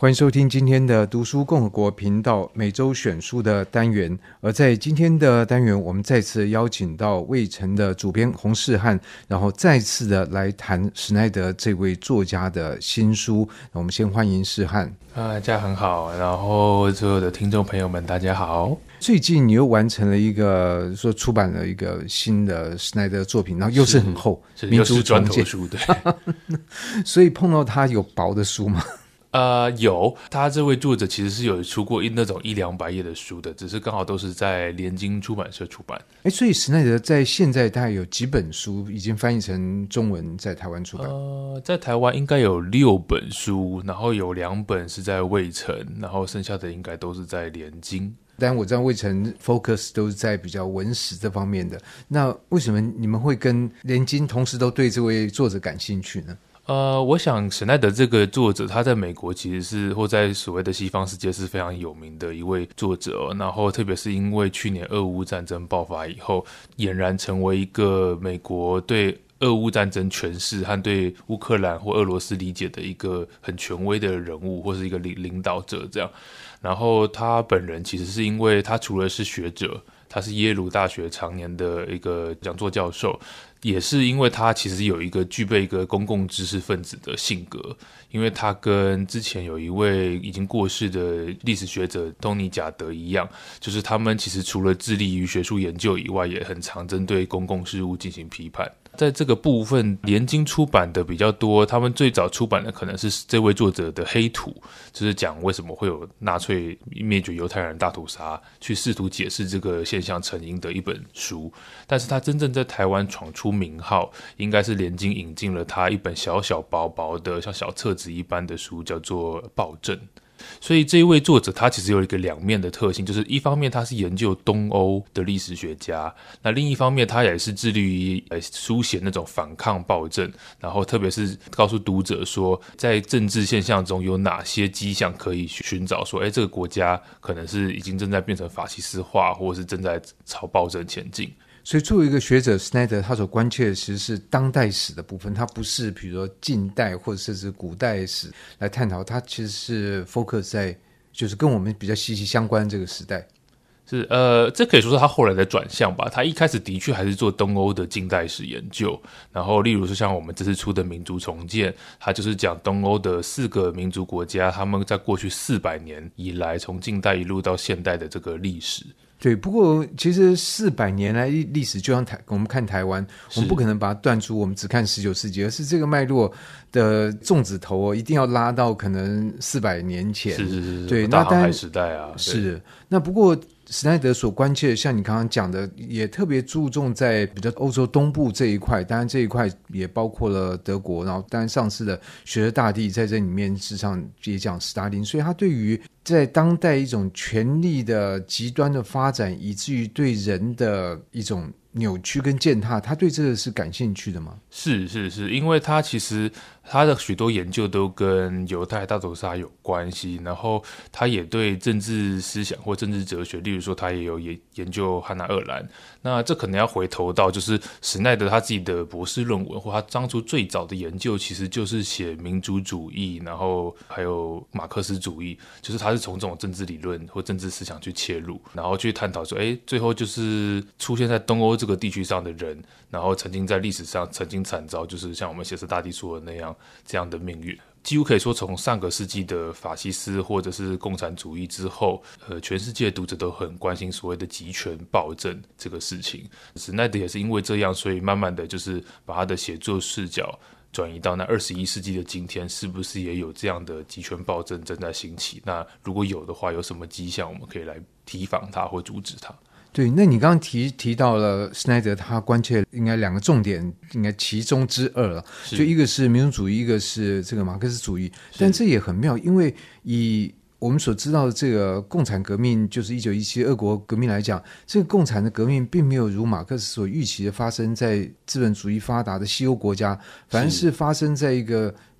欢迎收听今天的读书共和国频道每周选书的单元。而在今天的单元，我们再次邀请到卫城的主编洪世汉，然后再次的来谈史奈德这位作家的新书。我们先欢迎世汉。 大家很好，然后所有的听众朋友们大家好。 最近你又完成了一个说出版了一个新的史奈德作品，然后又是很厚， 又是砖头书，对。 所以碰到他有薄的书吗？ 有，他这位作者其实是有出过那种100-200页的书的，只是刚好都是在联经出版社出版。 所以史奈德在现在大概有几本书已经翻译成中文在台湾出版？ 在台湾应该有6本书，然后有2本是在卫城，然后剩下的应该都是在联经。 但我知道卫城 focus 都是在比较文史这方面的，那为什么你们会跟联经同时都对这位作者感兴趣呢？ 我想史奈德这个作者他在美国其实是或在所谓的西方世界是非常有名的一位作者然后特别是因为去年俄乌战争爆发以后，俨然成为一个美国对俄乌战争诠释和对乌克兰或俄罗斯理解的一个很权威的人物或是一个领导者这样。然后他本人其实是因为他除了是学者，他是耶鲁大学常年的一个讲座教授，也是因为他其实有一个具备一个公共知识分子的性格，因为他跟之前有一位已经过世的历史学者东尼贾德一样，就是他们其实除了致力于学术研究以外，也很常针对公共事务进行批判。在这个部分联经出版的比较多，他们最早出版的可能是这位作者的黑土，就是讲为什么会有纳粹灭绝犹太人大屠杀，去试图解释这个现象成因的一本书。但是他真正在台湾闯出名号，应该是联经引进了他一本小小薄薄的像小册子一般的书，叫做《暴政》。所以这一位作者他其实有一个两面的特性，就是一方面他是研究东欧的历史学家，那另一方面他也是致力于书写那种反抗暴政，然后特别是告诉读者说在政治现象中有哪些迹象可以寻找说这个国家可能是已经正在变成法西斯化，或是正在朝暴政前进。 所以作为一个学者，史奈德他所关切的其实是当代史的部分，他不是比如说近代或者甚至古代史来探讨，他其实是 focus 在就是跟我们比较息息相关这个时代。 是这可以说是他后来的转向吧。他一开始的确还是做东欧的近代史研究，然后例如说像我们这次出的民族重建，他就是讲东欧的4个民族国家他们在过去400年以来从近代一路到现代的这个历史。 对，不过其实400年来历史，就像我们看台湾，我们不可能把它断出我们只看19世纪，而是这个脉络的粽子头一定要拉到可能400年前。 是， 对， 大航海时代啊。 是，那不过史奈德所关切的，像你刚刚讲的，也特别注重在比较欧洲东部这一块，当然这一块也包括了德国，然后当然上次的学者大帝在这里面事实上也讲斯大林，所以他对于在当代一种权力的极端的发展，以至于对人的一种扭曲跟践踏，他对这个是感兴趣的吗？ 是，因为他其实他的许多研究都跟犹太大屠杀有关系，然后他也对政治思想或政治哲学，例如说他也有研究汉娜·鄂兰。那这可能要回头到就是史奈德他自己的博士论文，或他当初最早的研究其实就是写民族主义，然后还有马克思主义，就是他是从这种政治理论或政治思想去切入，然后去探讨说最后就是出现在东欧这个地区上的人，然后曾经在历史上曾经惨遭就是像我们写斯大帝说的那样这样的命运。几乎可以说从上个世纪的法西斯或者是共产主义之后，全世界的读者都很关心所谓的极权暴政这个事情。史奈德也是因为这样，所以慢慢的就是把他的写作视角转移到那21世纪的今天，是不是也有这样的极权暴政正在兴起？那如果有的话，有什么迹象我们可以来提防它或阻止它？ 对，那你刚刚提到了施奈德他关切应该2个重点，应该其中之2了，就一个是民族主义，一个是这个马克思主义。但这也很妙，因为以我们所知道的这个共产革命，就是1917俄国革命来讲，这个共产的革命并没有如马克思所预期的发生在资本主义发达的西欧国家，反而是发生在一个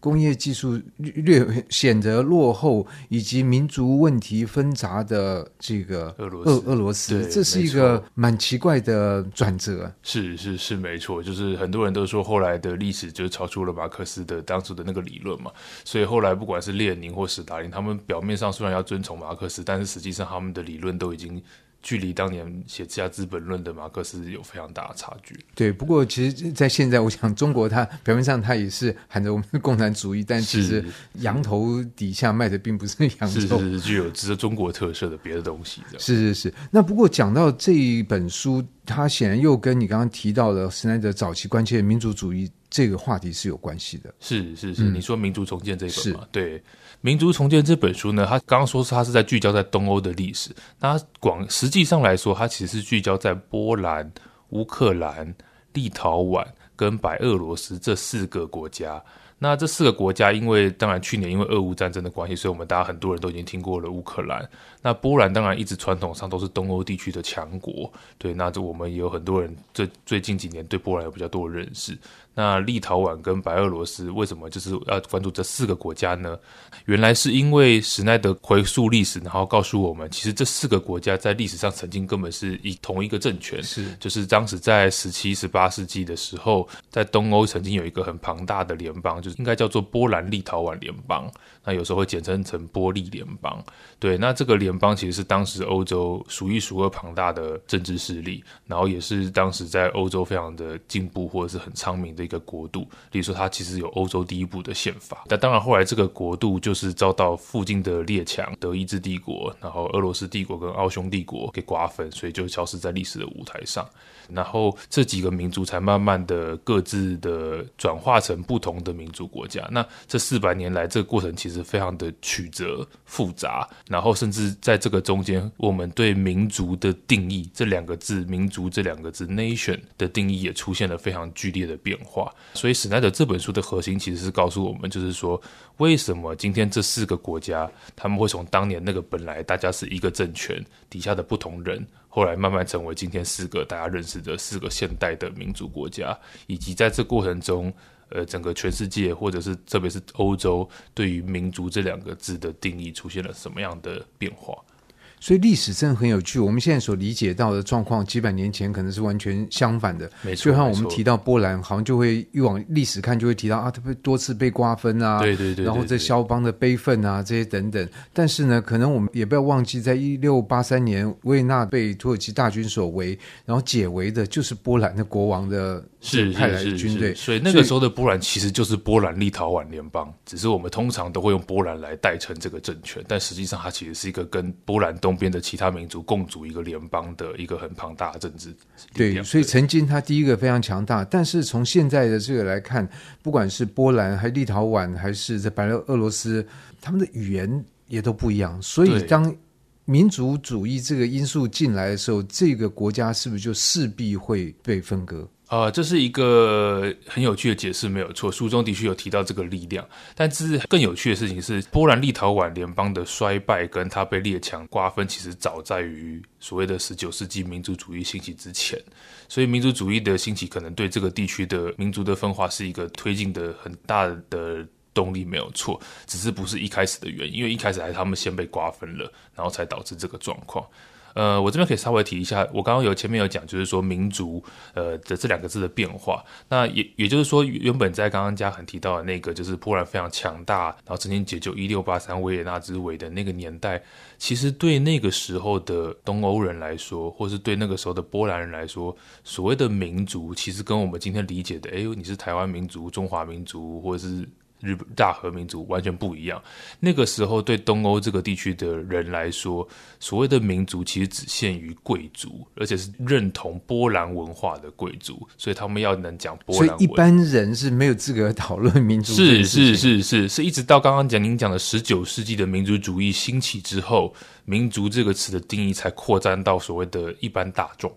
工业技术略显得落后，以及民族问题纷杂的这个俄罗斯，这是一个蛮奇怪的转折。 是没错，就是很多人都说后来的历史就是超出了马克思的当初的那个理论嘛，所以后来不管是列宁或史达林，他们表面上虽然要遵从马克思，但是实际上他们的理论都已经距离当年写下《资本论》的马克思有非常大的差距。 对，不过其实在现在我想中国它表面上它也是喊着我们是共产主义，但其实羊头底下卖的并不是羊肉， 是具有中国特色的别的东西这样。 是。那不过讲到这一本书，它显然又跟你刚刚提到的施耐德早期关切的民族主义这个话题是有关系的。 是，你说民族重建这一本嘛？对，民族重建这本书呢，他刚刚说他是在聚焦在东欧的历史，那实际上来说，它其实是聚焦在波兰、乌克兰、立陶宛跟白俄罗斯这4个国家。那这4个国家，当然去年因为俄乌战争的关系，所以我们大家很多人都已经听过了乌克兰。那波兰当然一直传统上都是东欧地区的强国，对，那我们也有很多人最近几年对波兰有比较多的认识。那立陶宛跟白俄罗斯为什么就是要关注这4个国家呢？原来是因为施耐德回溯历史，然后告诉我们，其实这4个国家在历史上曾经根本是同一个政权，就是当时在17、18世纪的时候，在东欧曾经有一个很庞大的联邦，就是应该叫做波兰立陶宛联邦，那有时候会简称成波利联邦。对，那这个联邦其实是当时欧洲数一数二庞大的政治势力，然后也是当时在欧洲非常的进步或者是很昌明的一个国度。例如说它其实有欧洲第一部的宪法，但当然后来这个国度就是遭到附近的列强德意志帝国，然后俄罗斯帝国跟奥匈帝国给瓜分，所以就消失在历史的舞台上。然后这几个民族才慢慢的各自的转化成不同的民族国家。那这400年来，这个过程其实非常的曲折复杂，然后甚至在这个中间，我们对民族的定义这2个字，民族这2个字 nation 的定义也出现了非常剧烈的变化。所以史奈德这本书的核心其实是告诉我们，就是说为什么今天这4个国家他们会从当年那个本来大家是一个政权底下的不同人，后来慢慢成为今天4个大家认识的4个现代的民族国家，以及在这过程中整个全世界或者是特别是欧洲对于民族这2个字的定义出现了什么样的变化。 所以历史真的很有趣，我们现在所理解到的状况几百年前可能是完全相反的。 没错， 就像我们提到波兰，好像就会一往历史看就会提到他多次被瓜分啊， 对， 然后这肖邦的悲愤啊这些等等。但是呢，可能我们也不要忘记，在1683年维也纳被土耳其大军所围，然后解围的就是波兰的国王的派来的军队， 所以那个时候的波兰其实就是波兰立陶宛联邦，只是我们通常都会用波兰来代称这个政权，但实际上它其实是一个跟波兰东边的其他民族共组一个联邦的一个很庞大的政治力量。 对，所以曾经它第一个非常强大，但是从现在的这个来看，不管是波兰还是立陶宛还是在白俄罗斯，他们的语言也都不一样，所以当民族主义这个因素进来的时候，这个国家是不是就势必会被分割？ 这是一个很有趣的解释，没有错。书中的确有提到这个力量，但是更有趣的事情是，波兰立陶宛联邦的衰败跟它被列强瓜分，其实早在于所谓的19世纪民族主义兴起之前。所以民族主义的兴起，可能对这个地区的民族的分化是一个推进的很大的动力，没有错，只是不是一开始的原因，因为一开始还是他们先被瓜分了，然后才导致这个状况。我这边可以稍微提一下，我刚刚前面有讲，就是说民族的这2个字的变化。那也就是说，原本在刚刚嘉恒提到的那个，就是波兰非常强大，然后曾经解救1683维也纳之围的那个年代，其实对那个时候的东欧人来说，或是对那个时候的波兰人来说，所谓的民族，其实跟我们今天理解的，你是台湾民族、中华民族，或者是日本大和民族完全不一样。那个时候对东欧这个地区的人来说，所谓的民族其实只限于贵族，而且是认同波兰文化的贵族，所以他们要能讲波兰文。 所以一般人是没有资格讨论民族这件事情。 是一直到刚刚您讲的19世纪的民族主义兴起之后，民族这个词的定义才扩展到所谓的一般大众。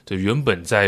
对，原本在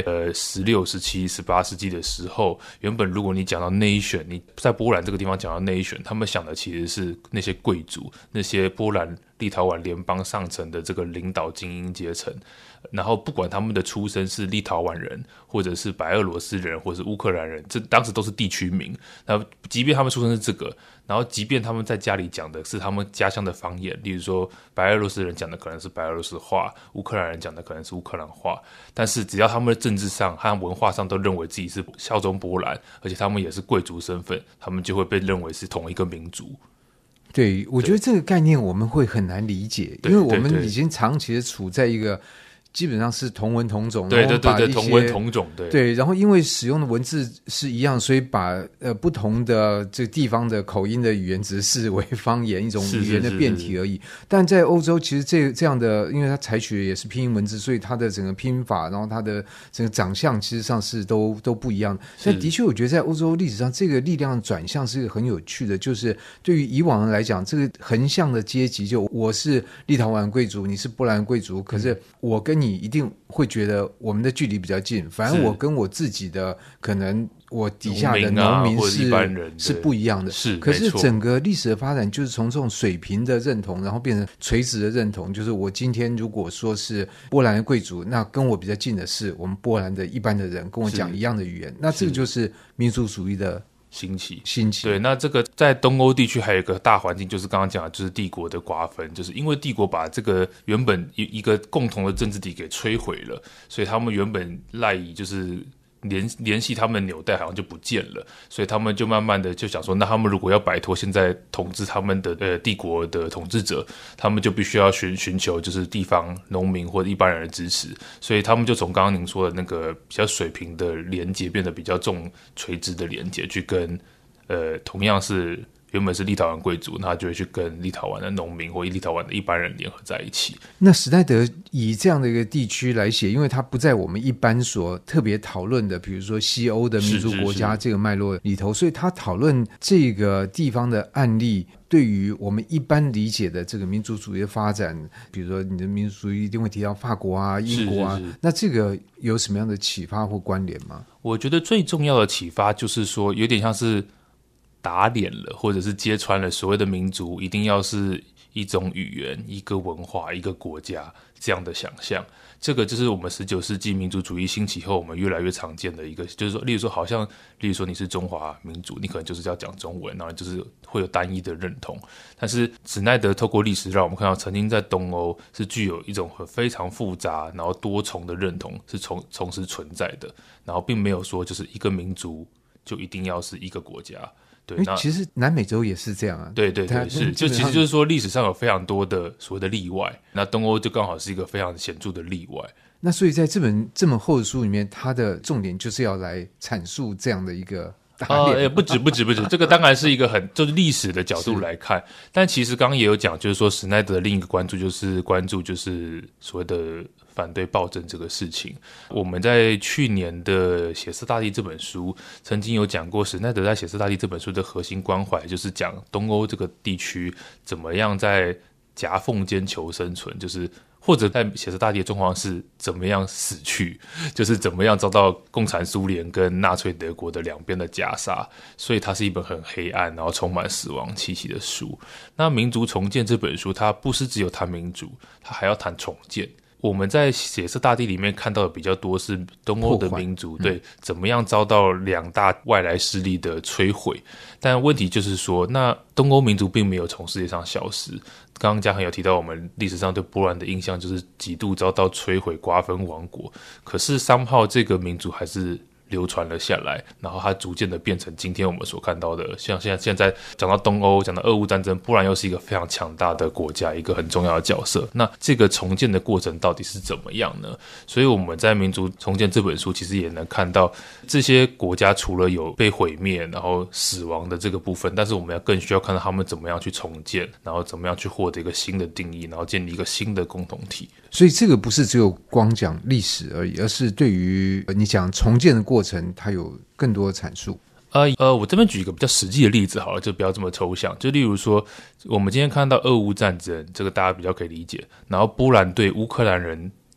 16、17、18世纪的时候，原本如果你讲到 nation， 你在波兰这个地方讲到 nation， 他们想的其实是那些贵族，那些波兰立陶宛联邦上层的这个领导精英阶层，然后不管他们的出身是立陶宛人，或者是白俄罗斯人，或者是乌克兰人，这当时都是地区名。那即便他们出身是这个，然后即便他们在家里讲的是他们家乡的方言，例如说白俄罗斯人讲的可能是白俄罗斯话，乌克兰人讲的可能是乌克兰话，但是只要他们的政治上和文化上都认为自己是效忠波兰，而且他们也是贵族身份，他们就会被认为是同一个民族。 对，我觉得这个概念我们会很难理解，因为我们已经长期的处在一个基本上是同文同种， 对，同文同种， 对，然后因为使用的文字是一样，所以把不同的这个地方的口音的语言只是视为方言，一种语言的变体而已。但在欧洲，其实这样的，因为它采取的也是拼音文字，所以它的整个拼法，然后它的整个长相，其实上是都不一样的。但的确，我觉得在欧洲历史上，这个力量转向是一个很有趣的，就是对于以往人来讲，这个横向的阶级，就我是立陶宛贵族，你是波兰贵族，可是我跟你一定会觉得我们的距离比较近，反正我跟我自己的可能我底下的农民是不一样的。可是整个历史的发展就是从这种水平的认同，然后变成垂直的认同，就是我今天如果说是波兰的贵族，那跟我比较近的是我们波兰的一般的人，跟我讲一样的语言，那这个就是民族主义的兴起。 对，那这个在东欧地区还有一个大环境，就是刚刚讲的，就是帝国的瓜分，就是因为帝国把这个原本一个共同的政治体给摧毁了，所以他们原本赖以就是联系他们的纽带好像就不见了，所以他们就慢慢的就想说，那他们如果要摆脱现在统治他们的帝国的统治者，他们就必须要寻求就是地方农民或者一般人的支持，所以他们就从刚刚您说的那个比较水平的连结变得比较重垂直的连结，去跟同样是原本是立陶宛贵族，那他就会去跟立陶宛的农民或立陶宛的一般人联合在一起。 那史奈德以这样的一个地区来写，因为它不在我们一般所特别讨论的比如说西欧的民族国家这个脉络里头，所以他讨论这个地方的案例对于我们一般理解的这个民族主义的发展，比如说你的民族主义一定会提到法国啊、英国啊，那这个有什么样的启发或关联吗？ 我觉得最重要的启发就是说，有点像是打脸了，或者是揭穿了所谓的民族一定要是一种语言、一个文化、一个国家这样的想象。这个就是我们19世纪民族主义兴起后，我们越来越常见的一个，就是说，例如说你是中华民族，你可能就是要讲中文，然后就是会有单一的认同。但是史奈德透过历史让我们看到，曾经在东欧是具有一种非常复杂然后多重的认同是同时存在的，然后并没有说就是一个民族就一定要是一个国家。对， 其实南美洲也是这样啊。 对，是，就其实就是说历史上有非常多的所谓的例外，那东欧就刚好是一个非常显著的例外。 那所以在这本这么厚的书里面，它的重点就是要来阐述这样的一个打脸。 不止，这个当然是一个就是历史的角度来看，但其实刚刚也有讲，就是说史奈德的另一个关注就是所谓的反对暴政这个事情。我们在去年的《血色大地》这本书曾经有讲过，史奈德在《血色大地》这本书的核心关怀就是讲东欧这个地区怎么样在夹缝间求生存，就是或者在血色大地的状况是怎么样死去，就是怎么样遭到共产苏联跟纳粹德国的两边的夹杀，所以它是一本很黑暗然后充满死亡气息的书。那民族重建这本书它不是只有谈民族，它还要谈重建。我们在血色大地里面看到的比较多是东欧的民族对怎么样遭到两大外来势力的摧毁，但问题就是说，那东欧民族并没有从世界上消失。刚刚嘉恒有提到，我们历史上对波兰的印象就是几度遭到摧毁、瓜分亡国，可是somehow这个民族还是流传了下来，然后它逐渐的变成今天我们所看到的，像现在讲到东欧，讲到俄乌战争，波兰又是一个非常强大的国家，一个很重要的角色。那这个重建的过程到底是怎么样呢？所以我们在《民族重建》这本书其实也能看到，这些国家除了有被毁灭然后死亡的这个部分，但是我们要更需要看到他们怎么样去重建，然后怎么样去获得一个新的定义，然后建立一个新的共同体。 所以这个不是只有光讲历史而已，而是对于你讲重建的过程，它有更多的阐述。 我这边举一个比较实际的例子好了，就不要这么抽象。就例如说，我们今天看到俄乌战争，这个大家比较可以理解。然后波兰对乌克兰人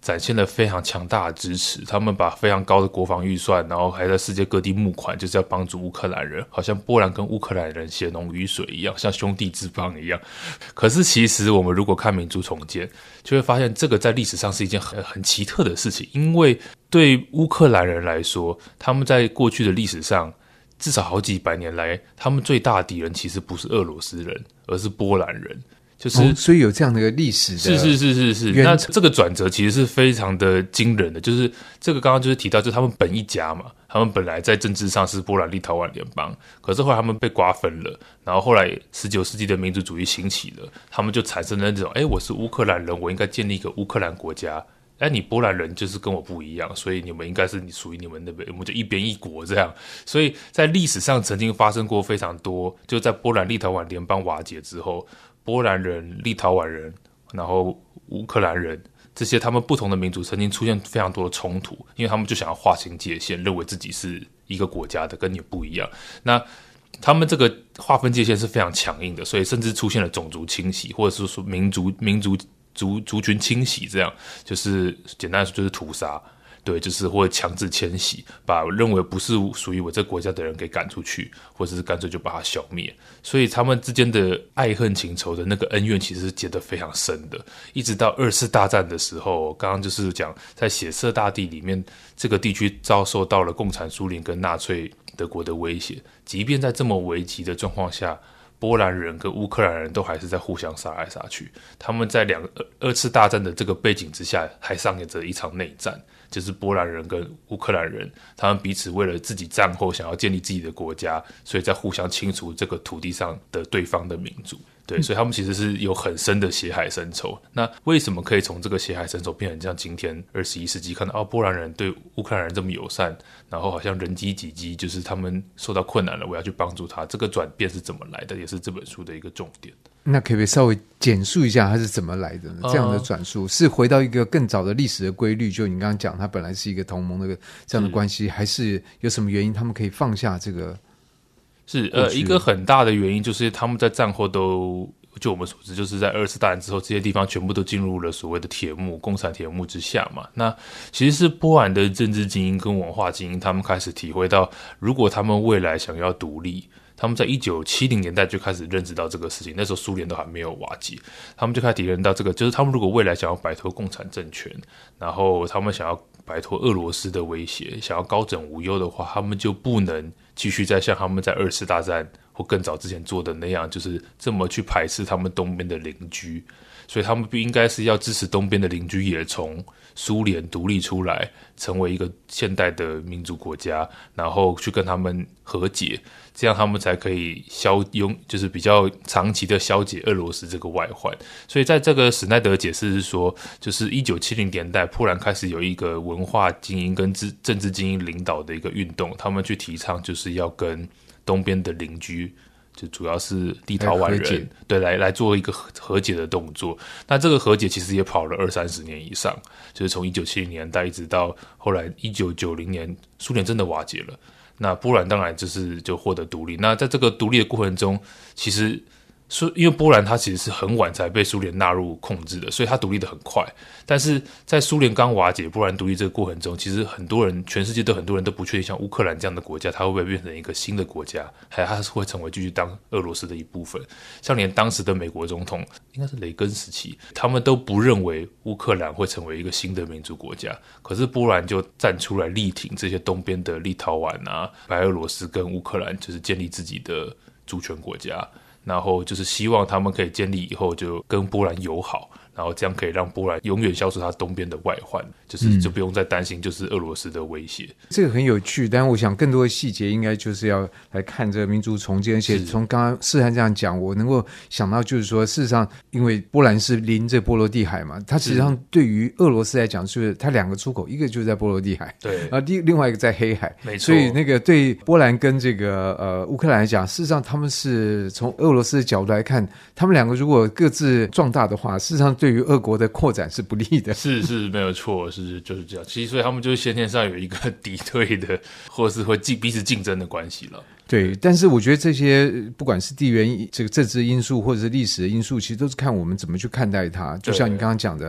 展现了非常强大的支持，他们把非常高的国防预算，然后还在世界各地募款，就是要帮助乌克兰人，好像波兰跟乌克兰人血浓于水一样，像兄弟之邦一样。可是其实我们如果看民族重建，就会发现这个在历史上是一件很奇特的事情，因为对乌克兰人来说，他们在过去的历史上至少好几百年来，他们最大的敌人其实不是俄罗斯人，而是波兰人。就是所以有这样的一个历史的是，那这个转折其实是非常的惊人的，就是这个刚刚就是提到，就是他们本一家嘛，他们本来在政治上是波兰立陶宛联邦，可是后来他们被瓜分了，然后后来19世纪的民族主义兴起了，他们就产生了那种，我是乌克兰人，我应该建立一个乌克兰国家。你波兰人就是跟我不一样，所以你们应该是属于你们那边，我们就一边一国这样。所以在历史上曾经发生过非常多，就在波兰立陶宛联邦瓦解之后，波兰人、立陶宛人，然后乌克兰人，这些他们不同的民族曾经出现非常多的冲突，因为他们就想要划清界限，认为自己是一个国家的，跟你不一样。那他们这个划分界限是非常强硬的，所以甚至出现了种族清洗，或者是说民族群清洗，这样就是简单来说就是屠杀，对，就是或者强制迁徙，把认为不是属于我这个国家的人给赶出去，或者是干脆就把它消灭。所以他们之间的爱恨情仇的那个恩怨其实是结得非常深的，一直到2次大战的时候，刚刚就是讲在血色大地里面，这个地区遭受到了共产苏联跟纳粹德国的威胁，即便在这么危急的状况下，波兰人跟乌克兰人都还是在互相杀来杀去，他们在2次大战的这个背景之下，还上演着一场内战，就是波兰人跟乌克兰人，他们彼此为了自己战后想要建立自己的国家，所以在互相清除这个土地上的对方的民族。对，所以他们其实是有很深的血海深仇。那为什么可以从这个血海深仇变成像今天21世纪看到波兰人对乌克兰人这么友善，然后好像人饥己饥，就是他们受到困难了，我要去帮助他，这个转变是怎么来的，也是这本书的一个重点。 那可不可以稍微简述一下它是怎么来的呢？这样的转述是回到一个更早的历史的规律，就你刚刚讲它本来是一个同盟的这样的关系，还是有什么原因他们可以放下这个？ 是一个很大的原因就是他们在战后都，就我们所知，就是在2次大战之后，这些地方全部都进入了所谓的铁幕共产铁幕之下嘛。那其实是波兰的政治精英跟文化精英，他们开始体会到，如果他们未来想要独立，他们在1970年代就开始认识到这个事情，那时候苏联都还没有瓦解，他们就开始体认到这个，就是他们如果未来想要摆脱共产政权，然后他们想要摆脱俄罗斯的威胁，想要高枕无忧的话，他们就不能继续再像他们在2次大战或更早之前做的那样，就是这么去排斥他们东边的邻居。所以他们不应该是要支持东边的邻居也从苏联独立出来，成为一个现代的民族国家，然后去跟他们和解，这样他们才可以就是比较长期的消解俄罗斯这个外患。所以在这个史奈德解释是说，就是1970年代波兰开始有一个文化精英跟政治精英领导的一个运动，他们去提倡就是要跟东边的邻居，就主要是立陶宛人，对，来做一个和解的动作。那这个和解其实也跑了20-30年以上，就是从1970年代一直到后来1990年，苏联真的瓦解了。那波兰当然就获得独立。那在这个独立的过程中，其实因为波兰它其实是很晚才被苏联纳入控制的，所以它独立的很快。但是在苏联刚瓦解、波兰独立这个过程中，其实全世界很多人都不确定，像乌克兰这样的国家，它会不会变成一个新的国家，还它会成为继续当俄罗斯的一部分。像连当时的美国总统应该是雷根时期，他们都不认为乌克兰会成为一个新的民族国家，可是波兰就站出来力挺这些东边的立陶宛啊、白俄罗斯跟乌克兰，就是建立自己的主权国家。然后就是希望他们可以建立以后就跟波兰友好，然后这样可以让波兰永远消除它东边的外患，就不用再担心就是俄罗斯的威胁。 这个很有趣，但我想更多的细节应该就是要来看这个民族重建。而且从刚刚世涵这样讲，我能够想到就是说，事实上因为波兰是临着波罗的海嘛，它实际上对于俄罗斯来讲，就是它2个出口，一个就是在波罗的海， 对， 然后另外一个在黑海， 没错。 所以那个对波兰跟这个乌克兰来讲，事实上他们是从俄罗斯的角度来看，他们2个如果各自壮大的话，事实上对于俄国的扩展是不利的。 是没有错，就是这样。其实所以他们就是先天上有一个敌对的，或者是会彼此竞争的关系了。 对，但是我觉得这些不管是地缘这个政治因素或者是历史的因素，其实都是看我们怎么去看待它。就像你刚刚讲的，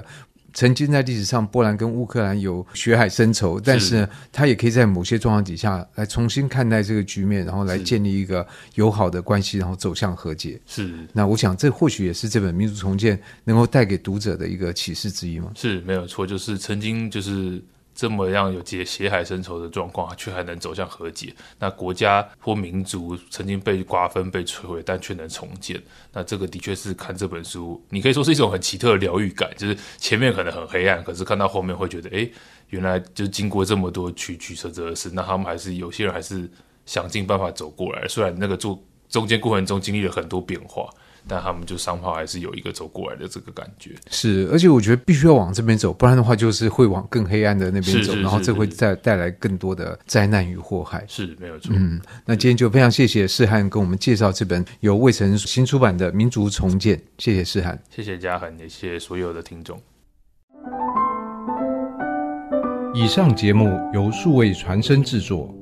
曾经在历史上波兰跟乌克兰有血海深仇，但是呢他也可以在某些状况底下来重新看待这个局面，然后来建立一个友好的关系，然后走向和解。 是， 那我想这或许也是这本民族重建能够带给读者的一个启示之一嘛。 是没有错，就是曾经就是这么样有血海深仇的状况，却还能走向和解。那国家或民族曾经被瓜分、被摧毁，但却能重建。那这个的确是看这本书，你可以说是一种很奇特的疗愈感，就是前面可能很黑暗，可是看到后面会觉得，原来就经过这么多曲折的事，那他们还是有些人还是想尽办法走过来。虽然那个中间过程中经历了很多变化，但他们就somehow还是有一个走过来的这个感觉。 是，而且我觉得必须要往这边走，不然的话就是会往更黑暗的那边走，然后这会再带来更多的灾难与祸害。 是，没有错。 那今天就非常谢谢士涵跟我们介绍这本由卫城新出版的《民族重建》，谢谢士涵， 谢谢嘉恒，也谢谢所有的听众。 以上节目由数位传声制作。